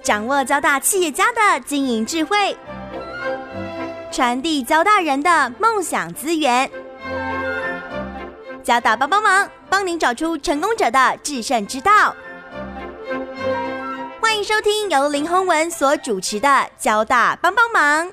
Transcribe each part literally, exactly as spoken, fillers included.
掌握交大企业家的经营智慧，传递交大人的梦想资源。交大帮帮忙，帮您找出成功者的制胜之道。欢迎收听由林宏文所主持的交大帮帮忙。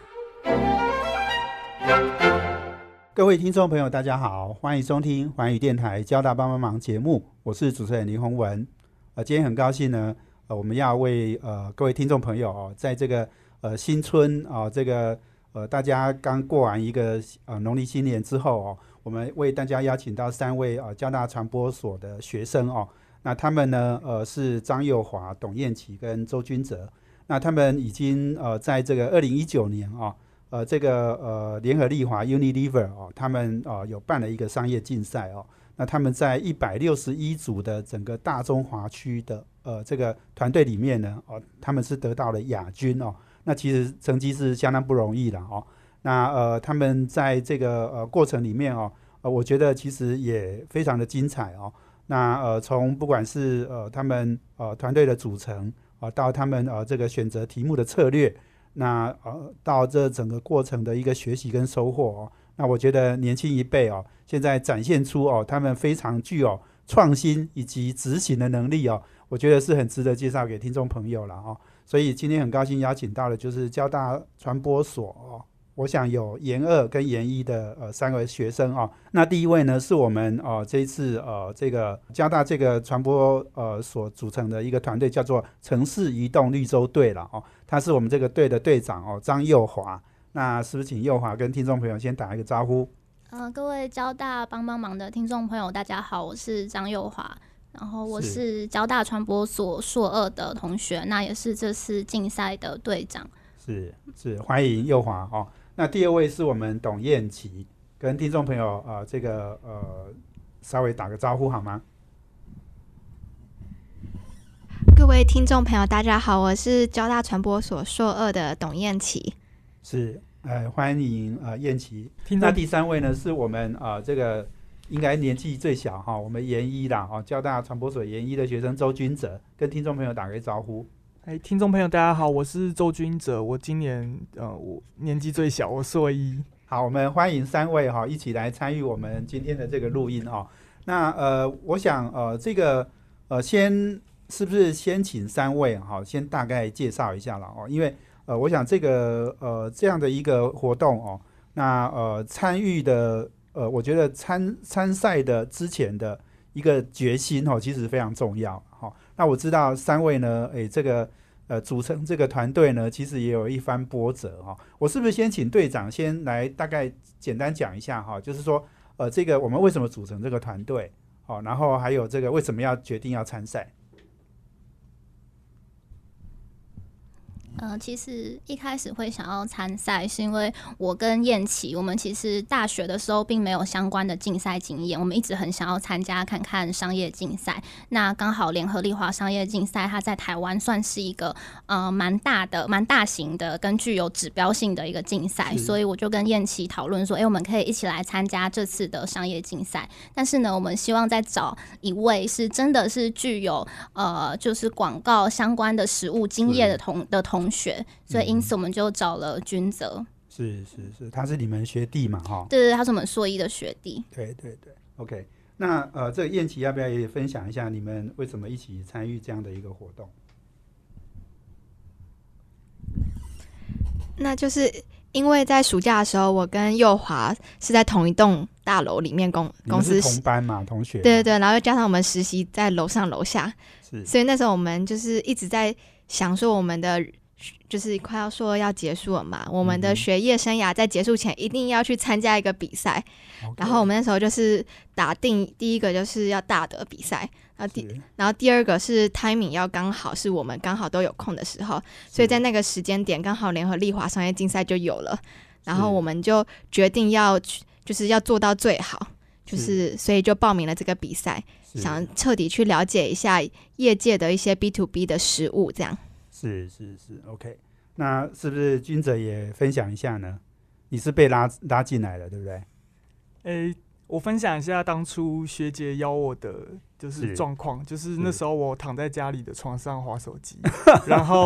各位听众朋友大家好，欢迎收听环宇电台交大帮帮忙节目，我是主持人林宏文。呃、今天很高兴呢，呃、我们要为呃各位听众朋友、哦、在这个呃新春啊、呃、这个呃大家刚过完一个呃农历新年之后哦，我们为大家邀请到三位呃交大传播所的学生哦，那他们呢呃是张佑华、董彦琪跟周君哲，那他们已经呃在这个二零一九年哦。呃，这个呃，联合利华 Unilever 哦，他们呃有办了一个商业竞赛哦。那他们在一百六十一组的整个大中华区的呃这个团队里面呢，哦，他们是得到了亚军哦。那其实成绩是相当不容易的哦。那呃，他们在这个呃过程里面哦，呃，我觉得其实也非常的精彩哦。那呃，从不管是呃他们呃团队的组成啊、呃，到他们呃这个选择题目的策略。那呃，到这整个过程的一个学习跟收获哦，那我觉得年轻一辈哦，现在展现出哦，他们非常具有创新以及执行的能力哦，我觉得是很值得介绍给听众朋友了哦。所以今天很高兴邀请到的就是交大传播所哦，我想有研二跟研一的呃三个学生哦。那第一位呢是我们呃这一次呃这个交大这个传播呃所组成的一个团队，叫做城市移动绿洲队了哦。他是我们这个队的队长哦，张佑华。那是不是请佑华跟听众朋友先打一个招呼？ 呃，各位交大帮帮忙的听众朋友，大家好，我是张佑华，然后我是交大传播所硕二的同学，那也是这次竞赛的队长。 是是，欢迎佑华哦。那第二位是我们董彦琪，跟听众朋友呃这个呃稍微打个招呼好吗？ 各位听众朋友大家好，我是交大传播所硕二的董彦琪。 是呃欢迎呃彦琪。那第三位呢是我们呃这个应该年纪最小哈、哦，我们研一啦哦，交大传播所研一的学生周君哲，跟听众朋友打个招呼。 哎，听众朋友大家好，我是周君哲，我今年呃我年纪最小，我硕一。 好，我们欢迎三位哈、哦、一起来参与我们今天的这个录音哦。那呃我想呃这个呃先是不是先请三位哈、哦、先大概介绍一下了哦，因为呃我想这个呃这样的一个活动哦，那呃参与的呃我觉得参参赛的之前的一个决心哦，其实非常重要哈、哦。那我知道三位呢，诶，这个呃组成这个团队呢，其实也有一番波折哈、哦。我是不是先请队长先来大概简单讲一下哈、哦，就是说呃这个我们为什么组成这个团队，好、哦，然后还有这个为什么要决定要参赛？ 呃，其实一开始会想要参赛，是因为我跟彦琪，我们其实大学的时候并没有相关的竞赛经验，我们一直很想要参加看看商业竞赛。那刚好联合利华商业竞赛，它在台湾算是一个呃蛮大的、蛮大型的，跟具有指标性的一个竞赛，所以我就跟彦琪讨论说，哎、欸，我们可以一起来参加这次的商业竞赛。但是呢，我们希望再找一位是真的是具有呃就是广告相关的实务经验的同的同。同学，所以因此我们就找了君哲。 是是是，他是你们学弟嘛，哈。 对对，他是我们硕一的学弟。 对对对 ，OK。那呃，这个彦琪要不要也分享一下你们为什么一起参与这样的一个活动？ 那就是因为在暑假的时候，我跟佑华是在同一栋大楼里面公公司， 你们是同班嘛，同学嘛。 对对对，然后又加上我们实习在楼上楼下， 是， 所以那时候我们就是一直在想说我们的。就是快要说要结束了嘛，我们的学业生涯在结束前一定要去参加一个比赛、嗯、然后我们那时候就是打定第一个就是要大的比赛，然后 第, 然后第二个是 timing 要刚好是我们刚好都有空的时候，所以在那个时间点刚好联合利华商业竞赛就有了，然后我们就决定要就是要做到最好，就是所以就报名了这个比赛，想彻底去了解一下业界的一些 B to B 的实务这样。 是是是 OK。 那是不是君哲也分享一下呢？你是被拉拉进来的对不对？ 诶，我分享一下当初学姐邀我的就是状况，就是那时候我躺在家里的床上滑手机，然后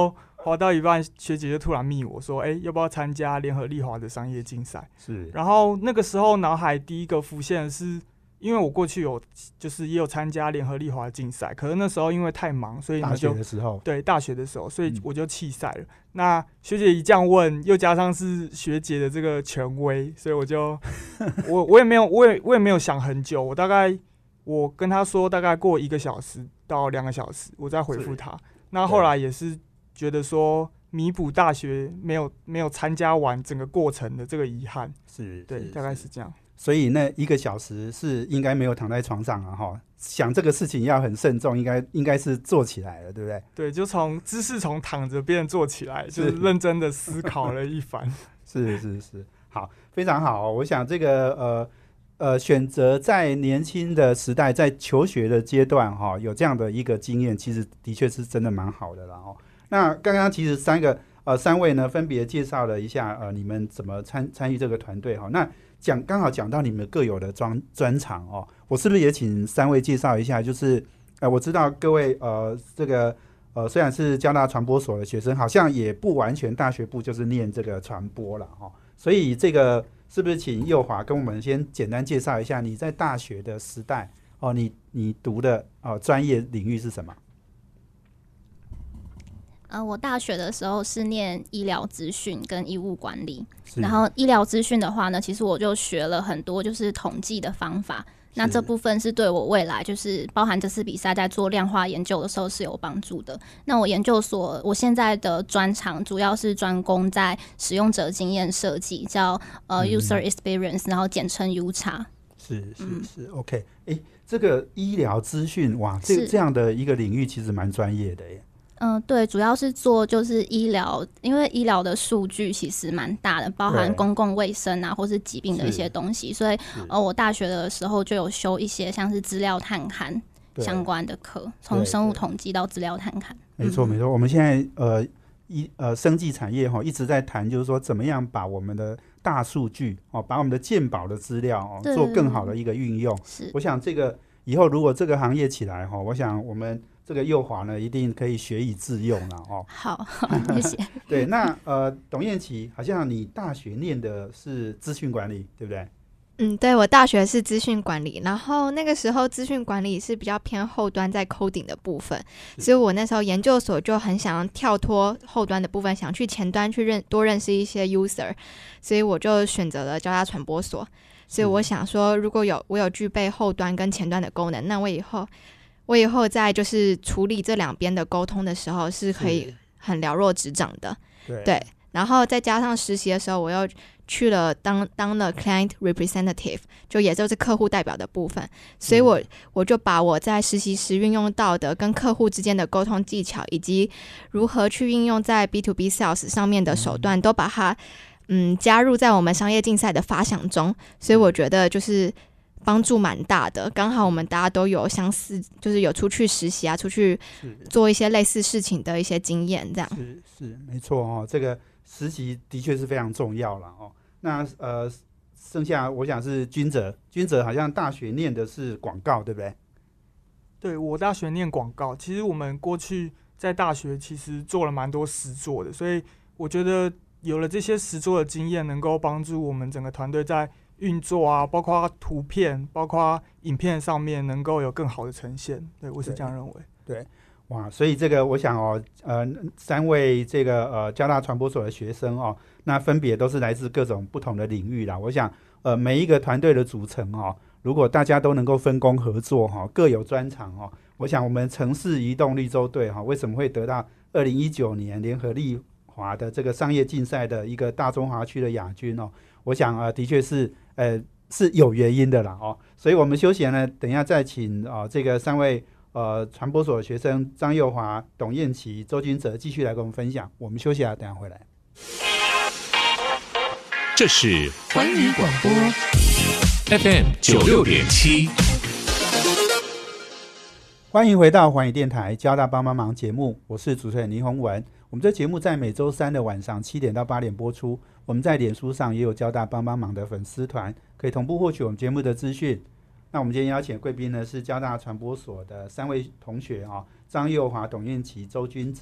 滑到一半，学姐就突然密我说：“哎、欸，要不要参加联合利华的商业竞赛？” 是。 然后那个时候脑海第一个浮现的是，因为我过去有就是也有参加联合利华竞赛，可是那时候因为太忙，所以大学的时候， 对大学的时候，所以我就弃赛了。嗯、那学姐一这样问，又加上是学姐的这个权威，所以我就我我也没有我也我也没有想很久，我大概我跟她说大概过一个小时到两个小时，我再回复她。那后来也是觉得说弥补大学没有没有参加完整个过程的这个遗憾， 是， 对，大概是这样。 所以那一个小时是应该没有躺在床上啊，哈，想这个事情要很慎重，应该应该是做起来了，对不对？ 对，就从姿势从躺着变成做起来，就是认真的思考了一番。 是是是，好，非常好。我想这个呃呃，选择在年轻的时代，在求学的阶段哈、哦，有这样的一个经验，其实的确是真的蛮好的啦哦。那刚刚其实三个呃三位呢，分别介绍了一下呃你们怎么参参与这个团队哈、哦。那讲刚好讲到你们各有的专专长哦，我是不是也请三位介绍一下？就是呃，我知道各位呃这个呃虽然是交大传播所的学生，好像也不完全大学部就是念这个传播了哈、哦，所以这个是不是请佑华跟我们先简单介绍一下你在大学的时代哦，你你读的哦专业领域是什么？ 呃，我大学的时候是念医疗资讯跟医务管理，然后医疗资讯的话呢，其实我就学了很多就是统计的方法，那这部分是对我未来就是包含这次比赛在做量化研究的时候是有帮助的。那我研究所我现在的专长主要是专攻在使用者经验设计，叫呃 user experience，、嗯、然后简称 U X。 是是是、嗯、，OK， 哎、欸，这个医疗资讯哇，这这样的一个领域其实蛮专业的耶。 嗯，对，主要是做就是医疗，因为医疗的数据其实蛮大的，包含公共卫生啊，或是疾病的一些东西，所以呃，我大学的时候就有修一些像是资料探勘相关的课，从生物统计到资料探勘。 没错，没错。我们现在呃医呃生技产业哈一直在谈，就是说怎么样把我们的大数据哦，把我们的健保的资料哦做更好的一个运用。是，我想这个以后如果这个行业起来哈，我想我们这个佑华呢，一定可以学以致用了哦。 好，好，谢谢。 对，那呃，董燕琪，好像你大学念的是资讯管理，对不对？ 嗯，对，我大学是资讯管理，然后那个时候资讯管理是比较偏后端在 coding 的部分，所以我那时候研究所就很想要跳脱后端的部分，想去前端去认多认识一些 user， 所以我就选择了交大传播所。所以我想说，如果有我有具备后端跟前端的功能，那我以后。我以后在就是处理这两边的沟通的时候是可以很了若指掌的， 对, 对，然后再加上实习的时候，我又去了当当了 client representative， 就也就是客户代表的部分，所以我我就把我在实习时运用到的跟客户之间的沟通技巧，以及如何去运用在 B to B sales 上面的手段，嗯、都把它嗯加入在我们商业竞赛的发想中，所以我觉得就是帮助蛮大的，刚好我们大家都有相似，就是有出去实习啊，出去做一些类似事情的一些经验，这样是是没错哦。这个实习的确是非常重要了哦。那呃，剩下我想是君哲，君哲好像大学念的是广告，对不对？ 对，我大学念广告，其实我们过去在大学其实做了蛮多实作的，所以我觉得有了这些实作的经验，能够帮助我们整个团队在运作啊，包括图片，包括影片上面能够有更好的呈现。对，我是这样认为。 对，对哇，所以这个我想哦，呃，三位这个呃交大传播所的学生哦，那分别都是来自各种不同的领域啦。我想，呃，每一个团队的组成哦，如果大家都能够分工合作哈、哦，各有专长哦，我想我们城市移动绿洲队哈、哦，为什么会得到二零一九年联合利华的这个商业竞赛的一个大中华区的亚军哦？我想呃，的确是呃是有原因的啦哦，所以我们休闲呢，等一下再请啊、呃、这个三位呃传播所的学生张佑华、董燕琪、周君哲继续来跟我们分享。我们休息啊，等一下回来。 这是环宇广播 F M 九六点七， 欢迎回到环宇电台交大帮帮忙节目，我是主持人林宏文。我们这节目在每周三的晚上七点到八点播出。我们在脸书上也有交大帮帮忙的粉丝团，可以同步获取我们节目的资讯。那我们今天邀请的贵宾呢是交大传播所的三位同学啊，张佑华、董燕琪、周君哲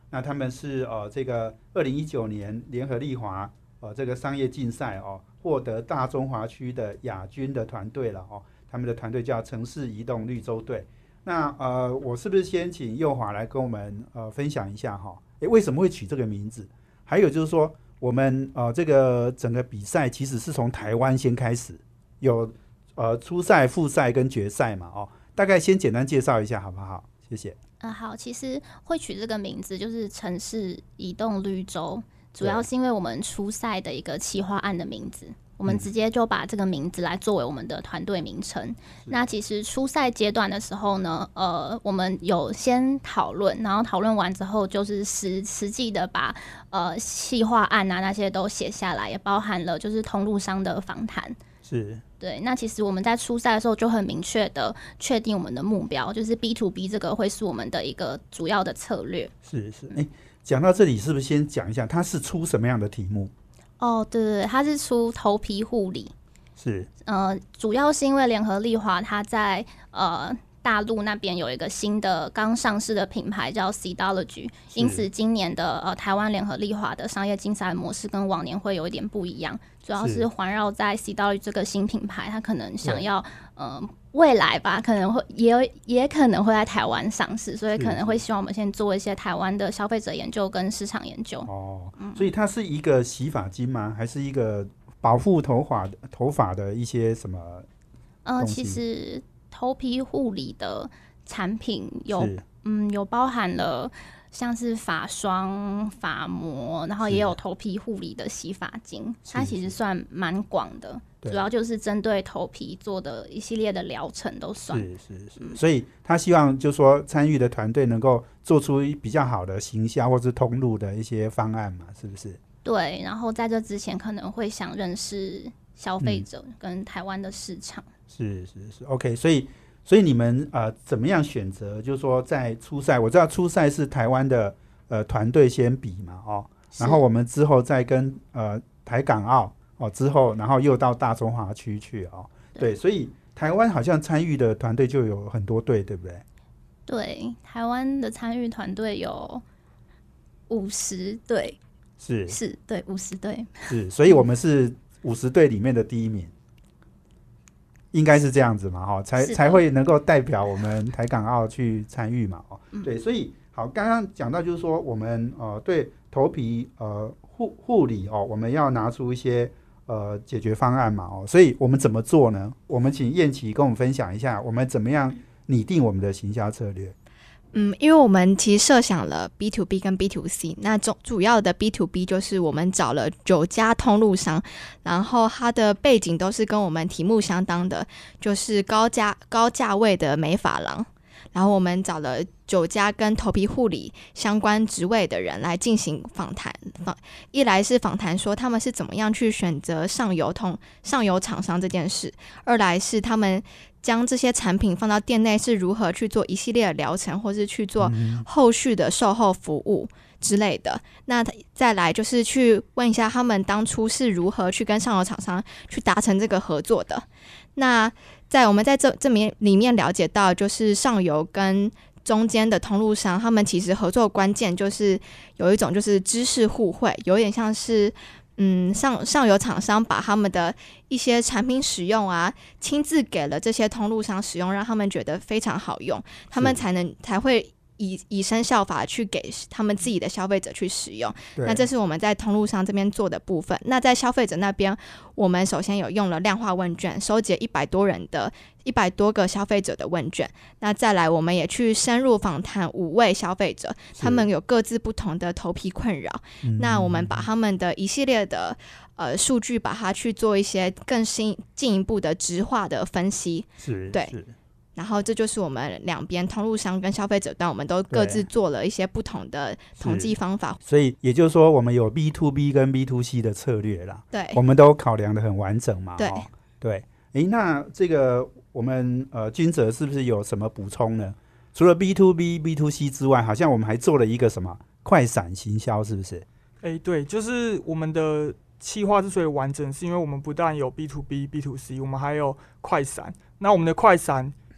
那他们是呃这个二零一九年联合利华呃这个商业竞赛哦，获得大中华区的亚军的团队了哦。他们的团队叫城市移动绿洲队。那呃，我是不是先请佑华来跟我们呃分享一下哈？诶，为什么会取这个名字？还有就是说，我们呃这个整个比赛其实是从台湾先开始，有呃初赛、复赛跟决赛嘛哦。大概先简单介绍一下好不好？谢谢。 嗯，好，其实会取这个名字就是城市移动绿洲，主要是因为我们初赛的一个企划案的名字。我们直接就把这个名字来作为我们的团队名称。那其实初赛阶段的时候呢，呃，我们有先讨论，然后讨论完之后，就是实实际的把呃企划案啊那些都写下来，也包含了就是通路商的访谈。 是。 对，那其实我们在初赛的时候就很明确的确定我们的目标，就是 B to B 这个会是我们的一个主要的策略。 是是，哎，讲到这里，是不是先讲一下它是出什么样的题目？ 哦，对对对，它是出头皮护理， 是呃，主要是因为联合利华它在呃大陆那边有一个新的刚上市的品牌叫 Cdology， 因此今年的呃台湾联合利华的商业竞赛模式跟往年会有一点不一样，主要是环绕在 Cdology 这个新品牌，它可能想要呃未来吧，可能会也有也可能会在台湾上市，所以可能会希望我们先做一些台湾的消费者研究跟市场研究。 哦，嗯、所以它是一个洗发精吗？还是一个保护头发头发的一些什么？ 呃，其实头皮护理的产品有嗯有包含了像是发霜、发膜，然后也有头皮护理的洗发精，它其实算蛮广的。主要就是针对头皮做的一系列的疗程都算。 是是是、嗯，所以他希望就是说参与的团队能够做出比较好的行销或是通路的一些方案嘛，是不是？ 对，然后在这之前可能会想认识消费者跟台湾的市场。嗯、 是是是 ，OK， 所以所以你们呃怎么样选择？就是说在初赛，我知道初赛是台湾的呃团队先比嘛，哦，然后我们之后再跟呃台港澳。哦，之后然后又到大中华区去哦，对，所以台湾好像参与的团队就有很多队，对不对？ 对，台湾的参与团队有五十队， 是是，对，五十队， 是，所以我们是五十队里面的第一名，应该是这样子嘛，哈、哦，才才会能够代表我们台港澳去参与嘛，哦，嗯、对，所以好，刚刚讲到就是说我们呃对头皮呃护护理哦，我们要拿出一些。呃，解决方案嘛，哦，所以我们怎么做呢？我们请燕琪跟我们分享一下，我们怎么样拟定我们的行销策略。 嗯，因为我们其实设想了 B to B 跟 B to C， 那主主要的 B to B 就是我们找了九家通路商，然后它的背景都是跟我们题目相当的，就是高价高价位的美发廊。然后我们找了九家跟头皮护理相关职位的人来进行访谈，访一来是访谈说他们是怎么样去选择上游通上游厂商这件事，二来是他们将这些产品放到店内是如何去做一系列的疗程，或是去做后续的售后服务之类的。那再来就是去问一下他们当初是如何去跟上游厂商去达成这个合作的。那在我们在这这里面了解到，就是上游跟中间的通路商，他们其实合作的关键就是有一种就是知识互惠，有点像是嗯上上游厂商把他们的一些产品使用啊，亲自给了这些通路商使用，让他们觉得非常好用，他们才能才会以以身效法去给他们自己的消费者去使用。那这是我们在通路商这边做的部分。那在消费者那边，我们首先有用了量化问卷，收集一百多人的一百多个消费者的问卷。那再来，我们也去深入访谈五位消费者，他们有各自不同的头皮困扰。那我们把他们的一系列的呃数据，把它去做一些更新进一步的质化的分析。 是， 对。 是然后这就是我们两边通路商跟消费者端，我们都各自做了一些不同的统计方法。 所以也就是说，我们有 B to B 跟 B to C 的策略啦。 对， 我们都考量的很完整嘛。 对， 哦、对。诶，那这个我们呃君哲是不是有什么补充呢？除了 B to B、B to C 之外，好像我们还做了一个什么快闪行销，是不是？ 诶，对，就是我们的企划之所以完整，是因为我们不但有 B to B、B to C， 我们还有快闪。那我们的快闪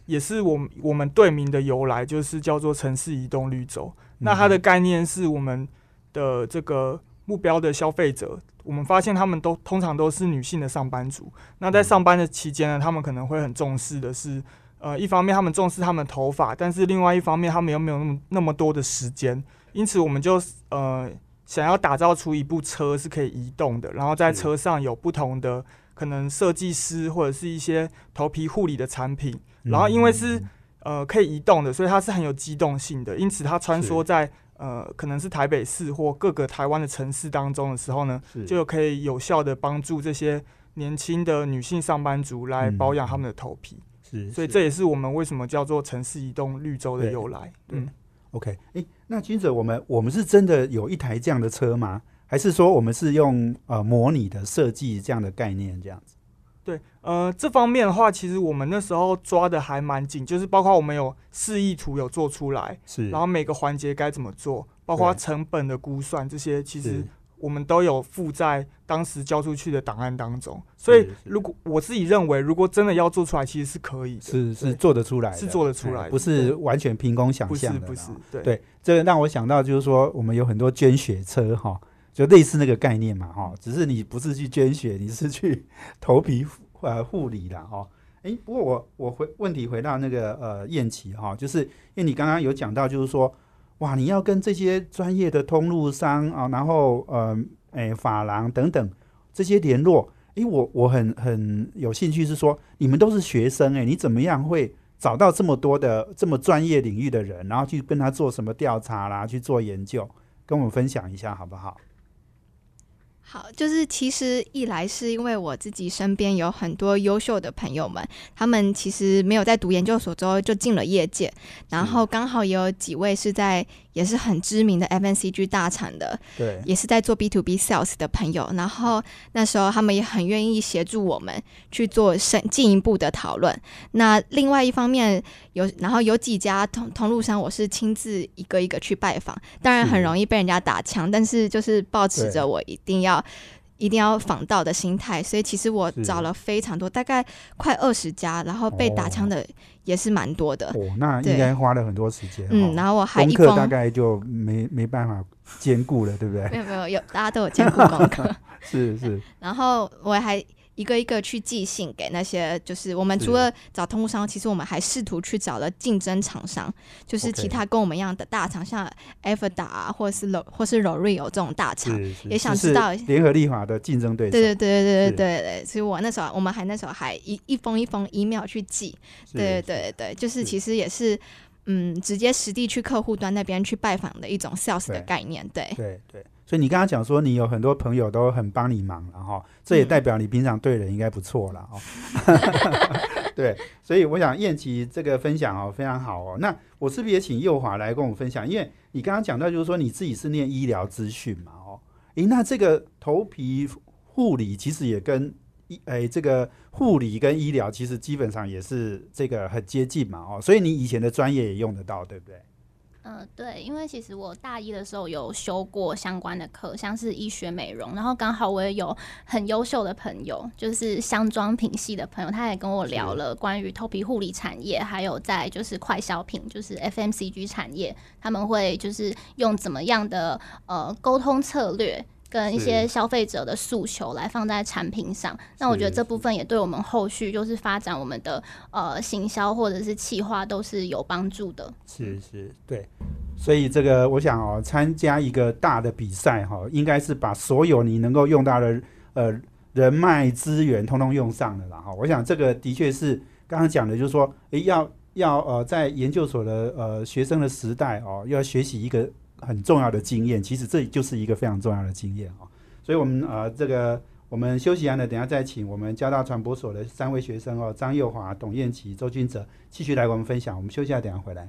也是我们我们队名的由来，就是叫做城市移动绿洲。那它的概念是我们的这个目标的消费者，我们发现他们都通常都是女性的上班族。那在上班的期间呢，他们可能会很重视的是，呃，一方面他们重视他们的头发，但是另外一方面他们又没有那么那么多的时间，因此我们就呃想要打造出一部车是可以移动的，然后在车上有不同的可能设计师或者是一些头皮护理的产品，然后因为是呃可以移动的，所以它是很有机动性的，因此它穿梭在呃可能是台北市或各个台湾的城市当中的时候呢，就可以有效的帮助这些年轻的女性上班族来保养他们的头皮。嗯、是，所以这也是我们为什么叫做城市移动绿洲的由来。 嗯 ，OK， 哎、欸，那君哲，我们我们是真的有一台这样的车吗？还是说我们是用呃模拟的设计这样的概念这样子？ 对，呃，这方面的话，其实我们那时候抓的还蛮紧，就是包括我们有示意图有做出来，是，然后每个环节该怎么做，包括成本的估算这些，其实我们都有附在当时交出去的档案当中。所以，如果我自己认为，如果真的要做出来，其实是可以的， 是是做得出来的， 是做得出来的， 不是完全凭空想象的， 不是不是，对对，这个让我想到就是说，我们有很多捐血车哈。就类似那个概念嘛，哈，只是你不是去捐血，你是去头皮呃护理啦，哈。哎，不过我我回问题回到那个呃燕琪哈，就是因为你刚刚有讲到，就是说哇，你要跟这些专业的通路商啊，然后呃哎发廊等等这些联络，哎，我我很很有兴趣是说，你们都是学生哎，你怎么样会找到这么多的这么专业领域的人，然后去跟他做什么调查啦，去做研究，跟我们分享一下好不好？ 好，就是其实一来是因为我自己身边有很多优秀的朋友们，他们其实没有在读研究所之后就进了业界，然后刚好也有几位是在也是很知名的 F M C G 大厂的，对，也是在做 B to B sales 的朋友，然后那时候他们也很愿意协助我们去做深进一步的讨论。那另外一方面有，然后有几家通通路商我是亲自一个一个去拜访，当然很容易被人家打枪，但是就是抱持着我一定要一定要访到的心态，所以其实我找了非常多，大概快二十家，然后被打枪的也是蛮多的。 哦，那应该花了很多时间。 嗯，然后我还一功课大概就没没办法兼顾了，对不对？ 没有没有，有大家都有兼顾功课。 是是。 然后我还一个一个去寄信给那些，就是我们除了找通路商，其实我们还试图去找了竞争厂商，就是其他跟我们一样的大厂，像 F D A 啊，或者是 Lo 或是 L'Oreal 这种大厂，也想知道联合利华的竞争对手。 对对对对对对对，所以我那时候我们还那时候还一一封一封 email 去寄，对对对对，就是其实也是嗯，直接实地去客户端那边去拜访的一种 sales 的概念，对对对。所以你刚刚讲说你有很多朋友都很帮你忙了哈，这也代表你平常对人应该不错了哦。对，所以我想燕琪这个分享哦非常好哦。那我是不是也请佑华来跟我们分享？因为你刚刚讲到就是说你自己是念医疗资讯嘛哦，诶，那这个头皮护理其实也跟诶这个护理跟医疗其实基本上也是这个很接近嘛哦，所以你以前的专业也用得到，对不对？ 呃，对，因为其实我大一的时候有修过相关的课，像是医学美容，然后刚好我也有很优秀的朋友，就是香妆品系的朋友，他也跟我聊了关于头皮护理产业，还有在就是快消品，就是 F M C G 产业，他们会就是用怎么样的呃沟通策略跟一些消费者的诉求来放在产品上，那我觉得这部分也对我们后续就是发展我们的呃行销或者是企划都是有帮助的。 是是，对。所以这个我想哦，参加一个大的比赛哈、哦，应该是把所有你能够用到的呃人脉资源通通用上了啦哈。我想这个的确是刚刚讲的，就是说，诶要要呃在研究所的呃学生的时代哦，要学习一个很重要的经验，其实这就是一个非常重要的经验哦。所以我们呃这个我们休息完了，等一下再请我们交大传播所的三位学生哦，张佑华、董燕琪、周君哲继续来跟我们分享。我们休息一下，等一下回来。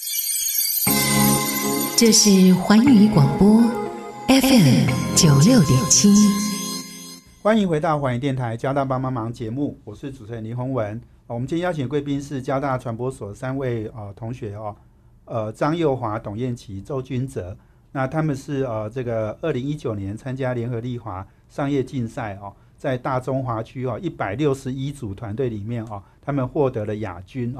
这是环宇广播 F M 九六点七， 欢迎回到环宇电台交大帮帮忙节目，我是主持人林宏文。我们今天邀请的贵宾是交大传播所三位、呃、同学哦。呃，张佑华、董燕琪、周君哲，那他们是呃这个二零一九年参加联合利华商业竞赛哦，在大中华区哦一百六十一组团队里面哦，他们获得了亚军哦。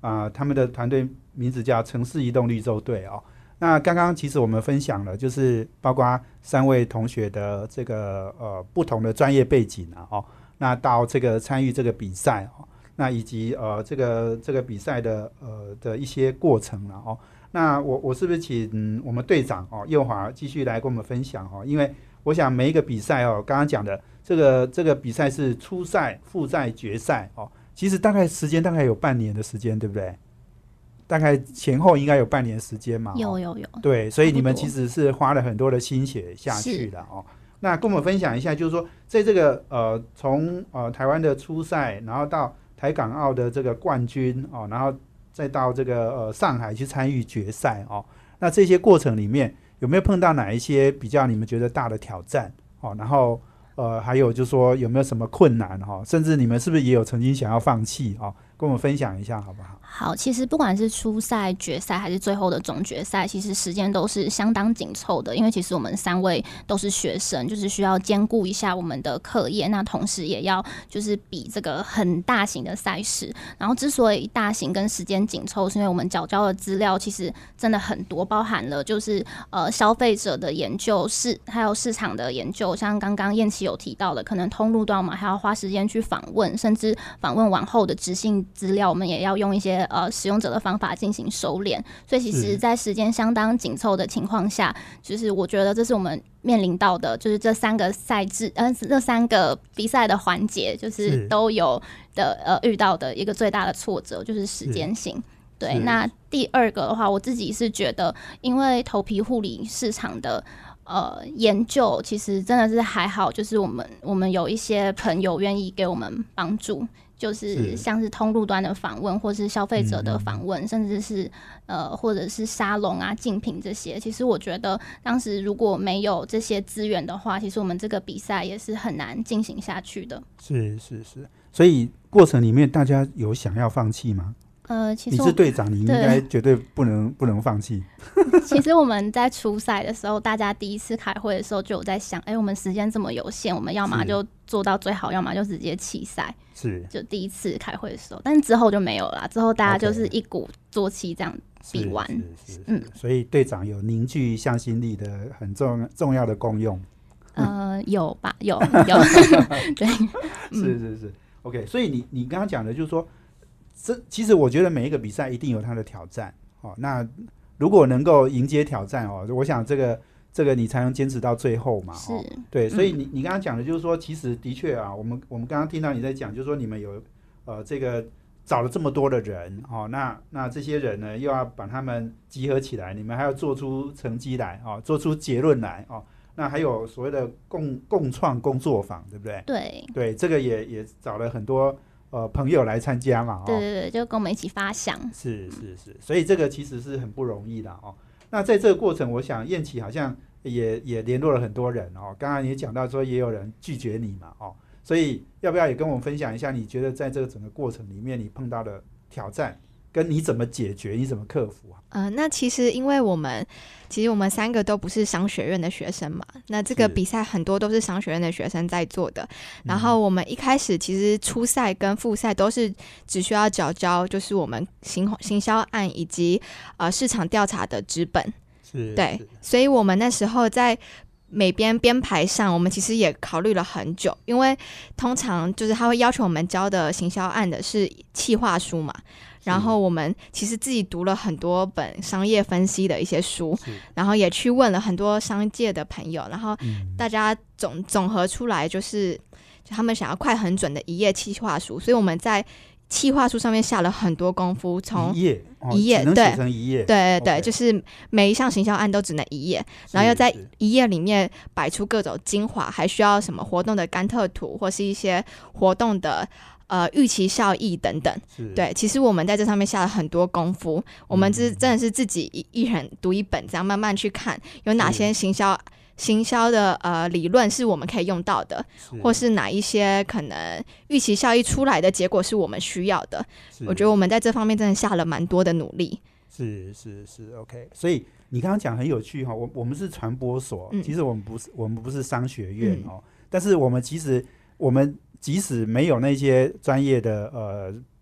啊、呃，他们的团队名字叫城市移动绿洲队哦。那刚刚其实我们分享了，就是包括三位同学的这个呃不同的专业背景啊，哦，那到这个参与这个比赛哦，那以及呃这个这个比赛的呃的一些过程了哦。那我我是不是请、嗯、我们队长哦右华继续来跟我们分享哦？因为我想每一个比赛哦，刚刚讲的这个这个比赛是初赛、复赛、决赛哦，其实大概时间大概有半年的时间，对不对？大概前后应该有半年时间嘛， 有有有， 对，所以你们其实是花了很多的心血下去的哦。那跟我们分享一下，就是说在这个呃从呃台湾的初赛，然后到台港澳的这个冠军哦，然后再到这个呃上海去参与决赛哦，那这些过程里面有没有碰到哪一些比较你们觉得大的挑战哦？然后呃还有就是说有没有什么困难哈、哦？甚至你们是不是也有曾经想要放弃哦？跟我们分享一下好不好？ 好，其实不管是初赛、决赛还是最后的总决赛，其实时间都是相当紧凑的，因为其实我们三位都是学生，就是需要兼顾一下我们的课业，那同时也要就是比这个很大型的赛事。然后之所以大型跟时间紧凑，是因为我们缴交的资料其实真的很多，包含了就是呃消费者的研究市，还有市场的研究，像刚刚燕琪有提到的，可能通路端我们还要花时间去访问，甚至访问完后的执行资料，我们也要用一些呃使用者的方法进行收敛，所以其实在时间相当紧凑的情况下，就是我觉得这是我们面临到的，就是这三个赛制呃这三个比赛的环节，就是都有的呃遇到的一个最大的挫折，就是时间性。对，那第二个的话，我自己是觉得，因为头皮护理市场的呃研究，其实真的是还好，就是我们我们有一些朋友愿意给我们帮助。就是像是通路端的访问，或是消费者的访问，嗯、甚至是呃，或者是沙龙啊、竞品这些。其实我觉得，当时如果没有这些资源的话，其实我们这个比赛也是很难进行下去的。 是是是，所以过程里面大家有想要放弃吗？ 呃，其实你是队长，你应该绝对不能不能放弃。 其实我们在初赛的时候，大家第一次开会的时候就有在想，哎、欸，我们时间这么有限，我们要么就做到最好，要么就直接弃赛。是，就第一次开会的时候，但是之后就没有了。之后大家就是一鼓作气这样比完。 是是是是嗯，所以队长有凝聚向心力的很重重要的功用。 呃，有吧？有有。对， 是是是 ，OK。所以你你刚刚讲的就是说。这其实我觉得每一个比赛一定有它的挑战哦。那如果能够迎接挑战哦，我想这个这个你才能坚持到最后嘛。 是， 哦、对。所以你你刚刚讲的就是说，其实的确啊，我们我们刚刚听到你在讲，就是说你们有呃这个找了这么多的人哦，那那这些人呢又要把他们集合起来，你们还要做出成绩来哦，做出结论来哦。那还有所谓的共共创工作坊，对不对？ 对对，这个也也找了很多。呃，朋友来参加嘛、哦， 对对对，就跟我们一起发想， 是是是，所以这个其实是很不容易的哦。那在这个过程，我想燕琪好像也也联络了很多人哦。刚刚也讲到说，也有人拒绝你嘛，哦，所以要不要也跟我们分享一下，你觉得在这个整个过程里面，你碰到的挑战，跟你怎么解决，你怎么克服啊？ 呃，那其实因为我们其实我们三个都不是商学院的学生嘛，那这个比赛很多都是商学院的学生在做的。然后我们一开始其实初赛跟复赛都是只需要缴交就是我们行行销案以及呃市场调查的纸本， 是对，所以我们那时候在每边编排上，我们其实也考虑了很久，因为通常就是他会要求我们交的行销案的是企划书嘛。然后我们其实自己读了很多本商业分析的一些书，然后也去问了很多商界的朋友，然后大家总总合出来就是就他们想要快很准的一页企划书，所以我们在企划书上面下了很多功夫，从一页、哦、 一页只能写成一页， 对对对、okay. 就是每一项行销案都只能一页，然后又在一页里面摆出各种精华，还需要什么活动的甘特图或是一些活动的呃，预期效益等等，对，其实我们在这上面下了很多功夫，我们是真的是自己一一人读一本，这样慢慢去看有哪些行销行销的呃理论是我们可以用到的，或是哪一些可能预期效益出来的结果是我们需要的。我觉得我们在这方面真的下了蛮多的努力。 是是是 ，OK。所以你刚刚讲很有趣哈，我我们是传播所、嗯，其实我们不是我们不是商学院哦、嗯，但是我们其实我们。即使没有那些专业的呃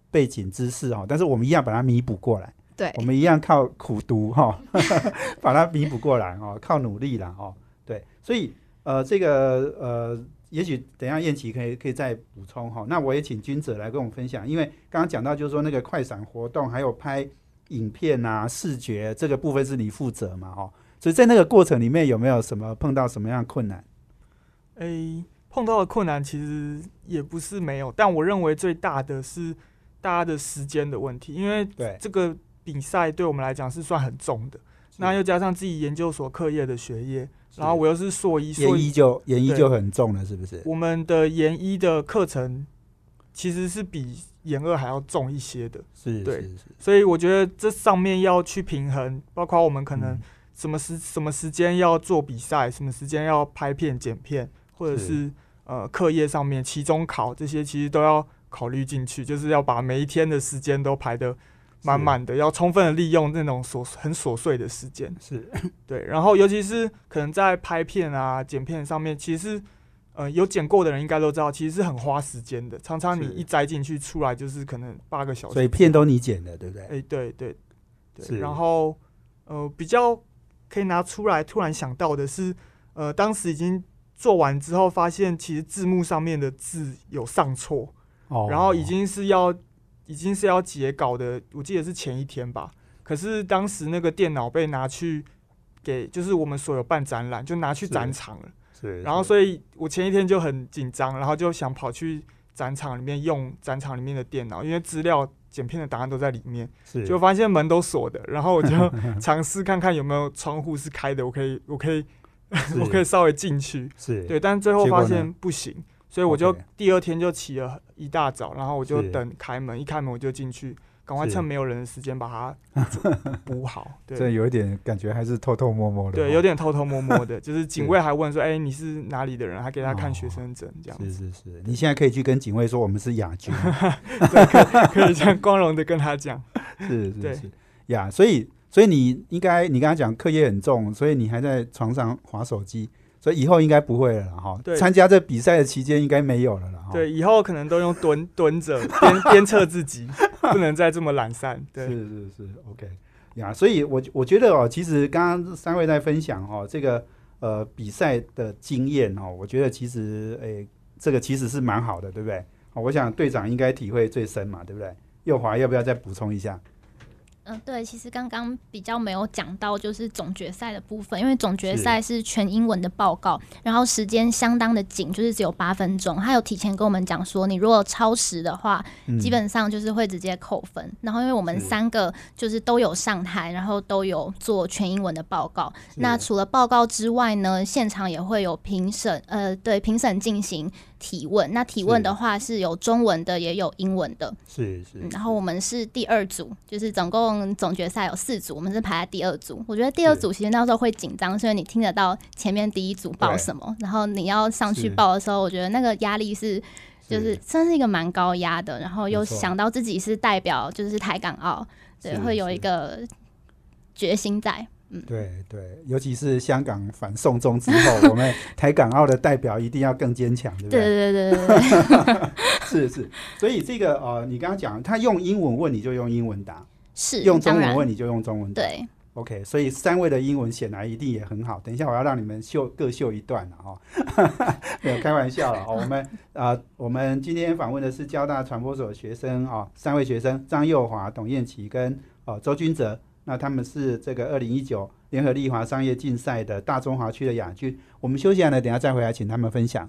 背景知识哦，但是我们一样把它弥补过来。 对， 我们一样靠苦读哈、哦，把它弥补过来哦，靠努力啦哦。对，所以呃，这个呃，也许等一下燕琪可以可以再补充哈、哦。那我也请君哲来跟我们分享，因为刚刚讲到就是说那个快闪活动，还有拍影片啊、视觉这个部分是你负责嘛哈、哦。所以在那个过程里面有没有什么碰到什么样的困难？ 诶，碰到的困难其实也不是没有，但我认为最大的是大家的时间的问题，因为这个比赛对我们来讲是算很重的，那又加上自己研究所课业的学业，然后我又是硕一， 研一就研一就很重了，是不是？ 我们的研一的课程其实是比研二还要重一些的， 是， 对， 是是， 所以我觉得这上面要去平衡，包括我们可能什么时、嗯、什么时间要做比赛，什么时间要拍片剪片，或者是, 是呃课业上面期中考这些，其实都要考虑进去，就是要把每一天的时间都排得满满的，要充分的利用那种琐很琐碎的时间。 是， 对。然后尤其是可能在拍片啊、剪片上面，其实呃有剪过的人应该都知道，其实是很花时间的。常常你一摘进去出来就是可能八个小时。 所以片都你剪的，对不对？ 哎、欸，对对对。 是。 然后呃比较可以拿出来突然想到的是，呃当时已经做完之后，发现其实字幕上面的字有上错，哦，然后已经是要。已经是要截稿的，我记得是前一天吧。可是当时那个电脑被拿去给，就是我们所有办展览，就拿去展场了。 是。 然后，所以我前一天就很紧张，然后就想跑去展场里面用展场里面的电脑，因为资料剪片的档案都在里面。是。就发现门都锁的，然后我就尝试看看有没有窗户是开的，我可以，我可以，我可以稍微进去。 是。 对，但最后发现不行。所以我就第二天就起了一大早，然后我就等开门，一开门我就进去，赶快趁没有人的时间把它补好。对， 这有一点感觉还是偷偷摸摸的。 对，有点偷偷摸摸的，就是警卫还问说：“哎、欸，你是哪里的人？”还给他看学生证，这样子。 是是是，你现在可以去跟警卫说我们是亚军， 对，可以可以这样光荣的跟他讲。 是是是呀，所以所以你应该你刚才讲课业很重，所以你还在床上滑手机。所以以后应该不会了哈，参加这比赛的期间应该没有了啦。 对，以后可能都用蹲蹲着鞭鞭策自己，不能再这么懒散。对， 是是是 ，OK 呀。所以我我觉得哦，其实刚刚三位在分享哦，这个呃比赛的经验哦，我觉得其实诶，这个其实是蛮好的，对不对？我想队长应该体会最深嘛，对不对？佑华要不要再补充一下？ 嗯、呃，对，其实刚刚比较没有讲到就是总决赛的部分，因为总决赛是全英文的报告，然后时间相当的紧，就是只有八分钟。他有提前跟我们讲说，你如果超时的话、嗯，基本上就是会直接扣分。然后因为我们三个就是都有上台，然后都有做全英文的报告。那除了报告之外呢，现场也会有评审，呃，对，评审进行提问。那提问的话是有中文的，也有英文的。 是是、嗯。 然后我们是第二组，就是总共总决赛有四组，我们是排在第二组。我觉得第二组其实那时候会紧张，所以你听得到前面第一组报什么，然后你要上去报的时候，我觉得那个压力是就是算是一个蛮高压的。然后又想到自己是代表就是台港澳，对，会有一个决心在。嗯， 对对，尤其是香港反送中之后，我们台港澳的代表一定要更坚强，对不对？ 对对对对对， 是是。所以这个呃，你刚刚讲，他用英文问你就用英文答， 是用中文问你就用中文答， 对。 OK， 所以三位的英文显然一定也很好。等一下我要让你们秀各秀一段了哈，没有开玩笑了。我们啊、呃，我们今天访问的是交大传播所学生啊、哦，三位学生张佑华、董燕琪跟哦周君哲。那他们是这个二零一九联合利华商业竞赛的大中华区的亚军。我们休息完了，等一下再回来请他们分享。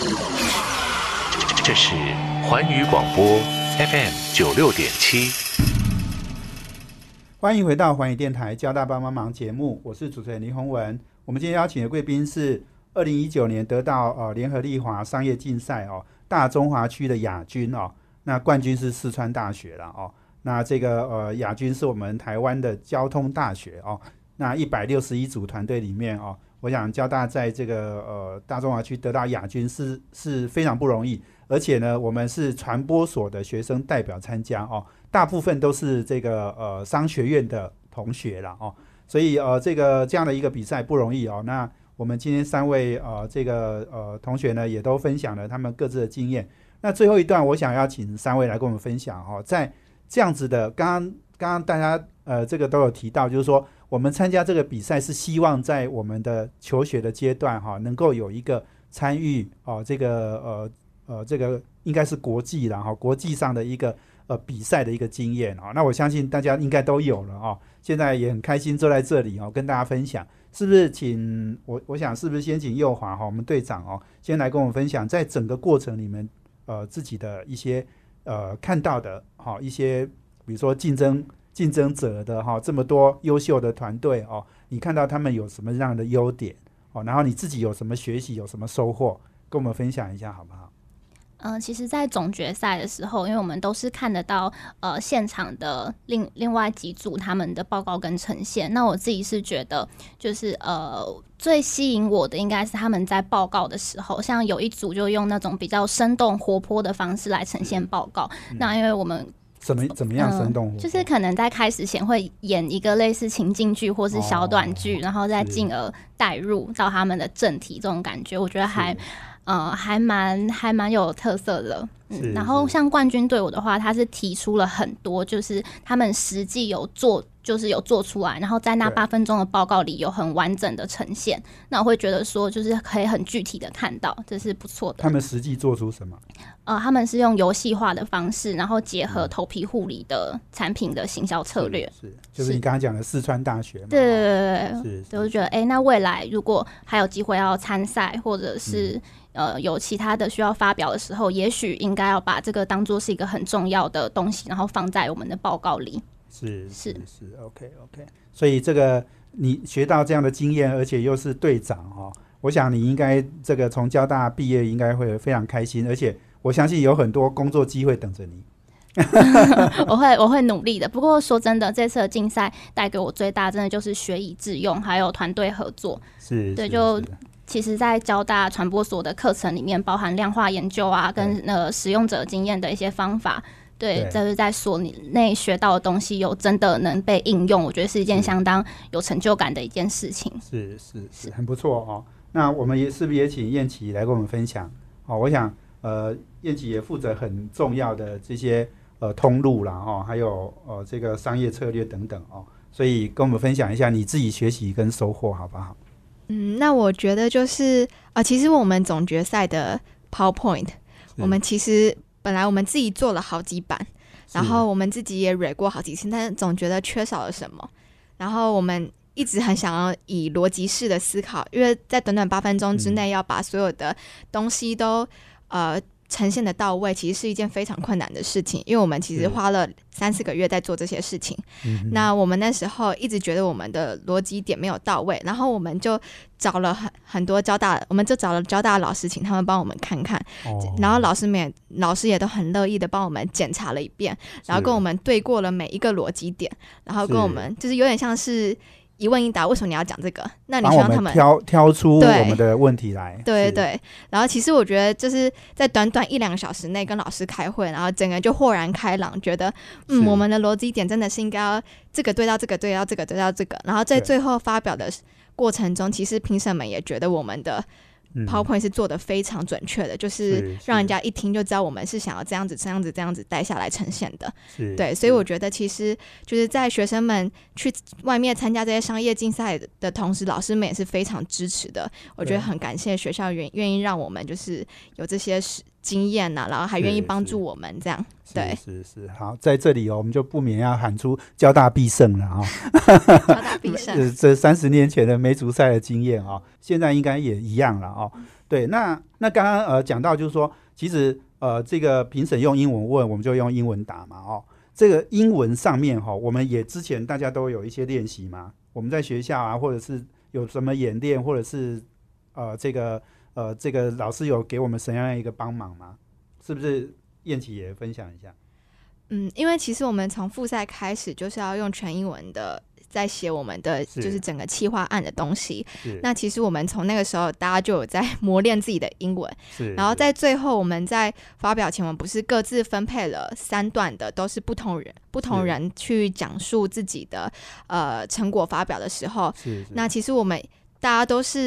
这是环宇广播 F M 九六点七。 欢迎回到环宇电台交大帮帮忙节目，我是主持人林宏文。我们今天邀请的贵宾是二零一九年得到呃联合利华商业竞赛哦大中华区的亚军哦，那冠军是四川大学了哦。那这个呃亚军是我们台湾的交通大学哦。那一百六十一组团队里面哦，我想交大在这个呃大中华区得到亚军是是非常不容易，而且呢，我们是传播所的学生代表参加哦，大部分都是这个呃商学院的同学啦哦，所以呃这个这样的一个比赛不容易哦。那我们今天三位呃这个呃同学呢也都分享了他们各自的经验。 那最后一段，我想要请三位来跟我们分享哈、哦，在这样子的，刚刚刚刚大家呃这个都有提到，就是说我们参加这个比赛是希望在我们的求学的阶段哈、哦，能够有一个参与哦，这个呃呃这个应该是国际啦哈、哦，国际上的一个呃比赛的一个经验啊、哦。那我相信大家应该都有了哦，现在也很开心坐在这里哦，跟大家分享。是不是请我我想是不是先请佑华哈、哦，我们队长哦，先来跟我们分享在整个过程里面呃自己的一些呃看到的哈、哦、一些，比如说竞争竞争者的哈、哦、这么多优秀的团队哦，你看到他们有什么样的优点哦，然后你自己有什么学习有什么收获，跟我们分享一下好不好？ 嗯、呃，其实，在总决赛的时候，因为我们都是看得到呃现场的另另外几组他们的报告跟呈现。那我自己是觉得，就是呃最吸引我的应该是他们在报告的时候，像有一组就用那种比较生动活泼的方式来呈现报告。嗯、那因为我们怎么怎么样生动活泼、 嗯？就是可能在开始前会演一个类似情境剧或是小短剧，哦、然后再进而带入到他们的正题，这种感觉我觉得还。呃，还蛮还蛮有特色的，嗯，然后像冠军队伍的话，他是提出了很多，就是他们实际有做，就是有做出来，然后在那八分钟的报告里有很完整的呈现。那我会觉得说，就是可以很具体的看到，这是不错的。 他们实际做出什么？ 呃，他们是用游戏化的方式，然后结合头皮护理的产品的行销策略， 是, 是就是你刚刚讲的四川大学嘛， 对对对对， 是， 就是觉得，哎、欸，那未来如果还有机会要参赛，或者是、嗯。呃，有其他的需要发表的时候，也许应该要把这个当作是一个很重要的东西，然后放在我们的报告里。 是是是 ，OK OK。所以这个你学到这样的经验，而且又是队长哦，我想你应该这个从交大毕业应该会非常开心，而且我相信有很多工作机会等着你。 我会我会努力的。不过说真的，这次的竞赛带给我最大，真的就是学以致用，还有团队合作。 是， 对， 是就是其实在交大传播所的课程里面，包含量化研究啊，跟呃使用者经验的一些方法，对，就是在所内学到的东西有真的能被应用，我觉得是一件相当有成就感的一件事情。 是是是，很不错哦。那我们也是不是也请燕琪来跟我们分享？哦，我想呃，燕琪也负责很重要的这些呃通路啦，哦，还有呃这个商业策略等等哦，所以跟我们分享一下你自己学习跟收获好不好？ 嗯，那我觉得就是呃，其实我们总决赛的 PowerPoint， 我们其实本来我们自己做了好几版，然后我们自己也 read 过好几次，但是总觉得缺少了什么。然后我们一直很想要以逻辑式的思考，因为在短短八分钟之内要把所有的东西都呃呈现的到位，其实是一件非常困难的事情，因为我们其实花了三四个月在做这些事情。那我们那时候一直觉得我们的逻辑点没有到位，然后我们就找了很很多交大，我们就找了交大的老师，请他们帮我们看看。哦、然后老师们也老师也都很乐意的帮我们检查了一遍，然后跟我们对过了每一个逻辑点，然后跟我们就是有点像是一问一答，为什么你要讲这个？那你希望他们挑挑出我们的问题来。 对对对。然后其实我觉得就是在短短一两个小时内跟老师开会，然后整个就豁然开朗，觉得嗯，我们的逻辑点真的是应该要这个对到这个对到这个对到这个，然后在最后发表的过程中，其实评审们也觉得我们的PowerPoint 是做的非常准确的，嗯、就是让人家一听就知道我们是想要这样子、这样子、这样子带下来呈现的。对，所以我觉得其实就是在学生们去外面参加这些商业竞赛的同时，老师们也是非常支持的。我觉得很感谢学校愿愿意让我们就是有这些经验呐、啊，然后还愿意帮助我们这样。对， 是 是, 是好，在这里哦，我们就不免要喊出交大必胜了哦。 交大必胜， 这三十年前的梅竹赛的经验哦，现在应该也一样了哦。对，那那刚刚呃讲到就是说，其实呃这个评审用英文问，我们就用英文答嘛哦。这个英文上面哈、哦，我们也之前大家都有一些练习嘛，我们在学校啊，或者是有什么演练，或者是呃这个呃这个老师有给我们什么样一个帮忙吗？是不是？燕琪也分享一下。 嗯，因为其实我们从复赛开始就是要用全英文的在写我们的就是整个企划案的东西。那其实我们从那个时候大家就有在磨练自己的英文，然后在最后我们在发表前，我们不是各自分配了三段的，都是不同人不同人去讲述自己的呃成果发表的时候，那其实我们大家都是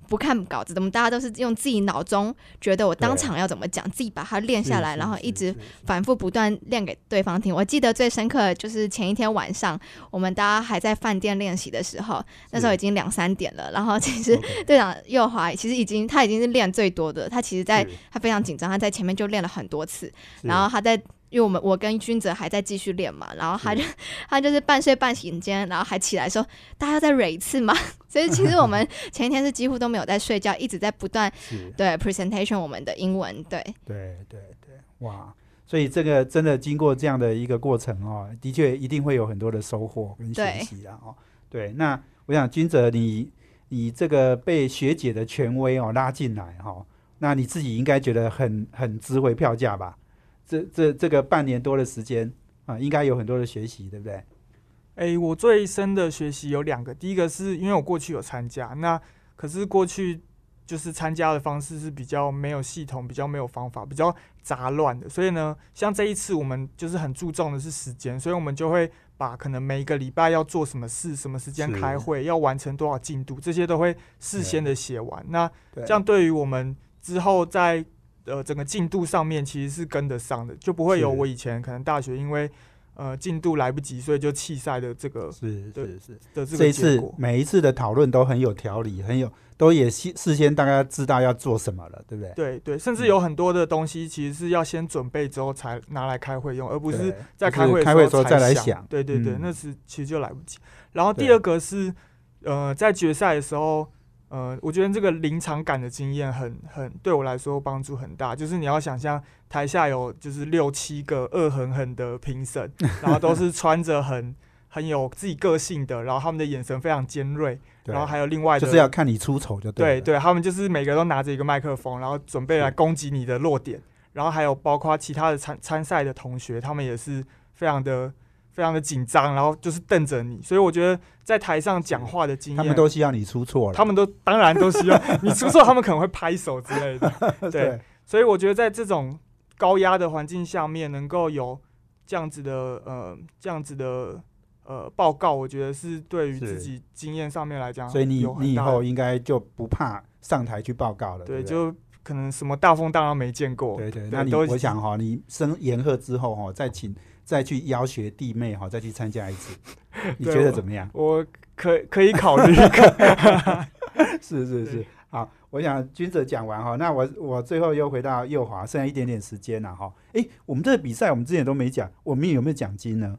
不看稿子的，我们大家都是用自己脑中觉得我当场要怎么讲，自己把它练下来，然后一直反复不断练给对方听。我记得最深刻的就是前一天晚上，我们大家还在饭店练习的时候，那时候已经两三点了，然后其实队长佑华其实已经他已经是练最多的，他其实在他非常紧张，他在前面就练了很多次，然后他在。因为我们我跟君哲还在继续练嘛，然后他就他就是半睡半醒间，然后还起来说大家要再蕊一次吗？所以其实我们前一天是几乎都没有在睡觉，一直在不断对 presentation 我们的英文，对对对对，哇！所以这个真的经过这样的一个过程哦，的确一定会有很多的收获跟学习啊哦。对，那我想君哲你你这个被学姐的权威哦拉进来哈、哦，那你自己应该觉得很很值回票价吧？这这这个半年多的时间啊，应该有很多的学习，对不对？ 哎，我最深的学习有两个，第一个是因为我过去有参加，那可是过去就是参加的方式是比较没有系统、比较没有方法、比较杂乱的，所以呢，像这一次我们就是很注重的是时间，所以我们就会把可能每一个礼拜要做什么事、什么时间开会、要完成多少进度，这些都会事先的写完。那这样对于我们之后在呃，整个进度上面其实是跟得上的，就不会有我以前可能大学因为呃进度来不及，所以就弃赛的这个是是是的这个结果。 这一次每一次的讨论都很有条理，很有都也事先大概知道要做什么了，对不对？ 对对，甚至有很多的东西其实是要先准备之后才拿来开会用，而不是在开会的时候再来想。 想。 对对对，嗯、那是其实就来不及。然后第二个是呃，在决赛的时候。呃，我觉得这个临场感的经验很很对我来说帮助很大，就是你要想象台下有就是六七个恶狠狠的评审，然后都是穿着很很有自己个性的，然后他们的眼神非常尖锐，然后还有另外的就是要看你出丑就对了。 对对，他们就是每个都拿着一个麦克风，然后准备来攻击你的弱点，然后还有包括其他的参参赛的同学，他们也是非常的。非常的紧张，然后就是瞪着你，所以我觉得在台上讲话的经验， 他们都希望你出错了， 他们都当然都希望你出错，他们可能会拍手之类的，对，对所以我觉得在这种高压的环境下面，能够有这样子的呃这样子的呃报告，我觉得是对于自己经验上面来讲， 所以你你以后应该就不怕上台去报告了，对, 对, 对，就可能什么大风大浪没见过， 对 对, 对，那你我想哈、哦，你升言贺之后哈、哦，再请。再去邀学弟妹哈，再去参加一次，你觉得怎么样？ 我可可以考虑。 是是是，好，我想君哲讲完哈，那我我最后又回到佑华，剩下一点点时间了哈。哎，我们这个比赛我们之前都没讲，我们有没有奖金呢？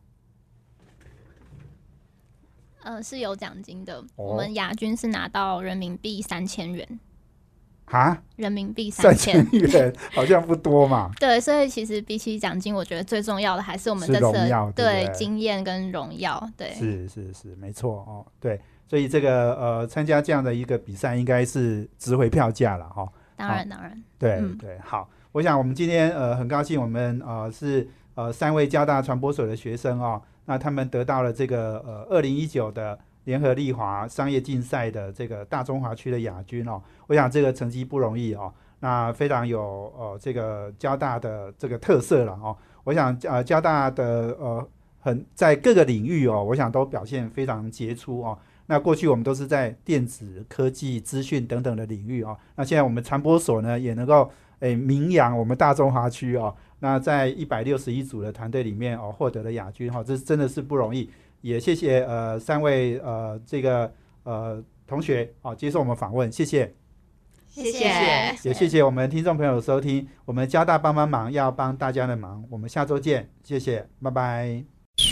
呃，是有奖金的，哦、我们亚军是拿到人民币三千元。 啊， 人民币三千元好像不多嘛。 对，所以其实比起奖金，我觉得最重要的还是我们这次的 对, 对经验跟荣耀。对， 是是是，没错哦。对，所以这个呃，参加这样的一个比赛，应该是值回票价了哈、哦。 当然当然， 对、 嗯、 对，好。我想我们今天呃很高兴，我们呃是呃三位交大传播所的学生哦，那他们得到了这个呃二零一九的。联合利华商业竞赛的这个大中华区的亚军哦，我想这个成绩不容易哦，那非常有呃这个交大的这个特色了哦。我想呃交大的呃很在各个领域哦，我想都表现非常杰出哦。那过去我们都是在电子科技、资讯等等的领域哦，那现在我们传播所呢也能够诶名扬我们大中华区哦。那在一百六十一组的团队里面哦，获得了亚军哈、哦，这真的是不容易。也谢谢呃三位呃这个呃同学啊、哦、接受我们访问，谢谢， 谢谢， 也谢谢我们听众朋友的收听。我们交大帮帮忙要帮大家的忙，我们下周见，谢谢，拜拜。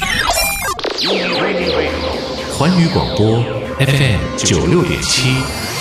环宇广播 F M 九六点七。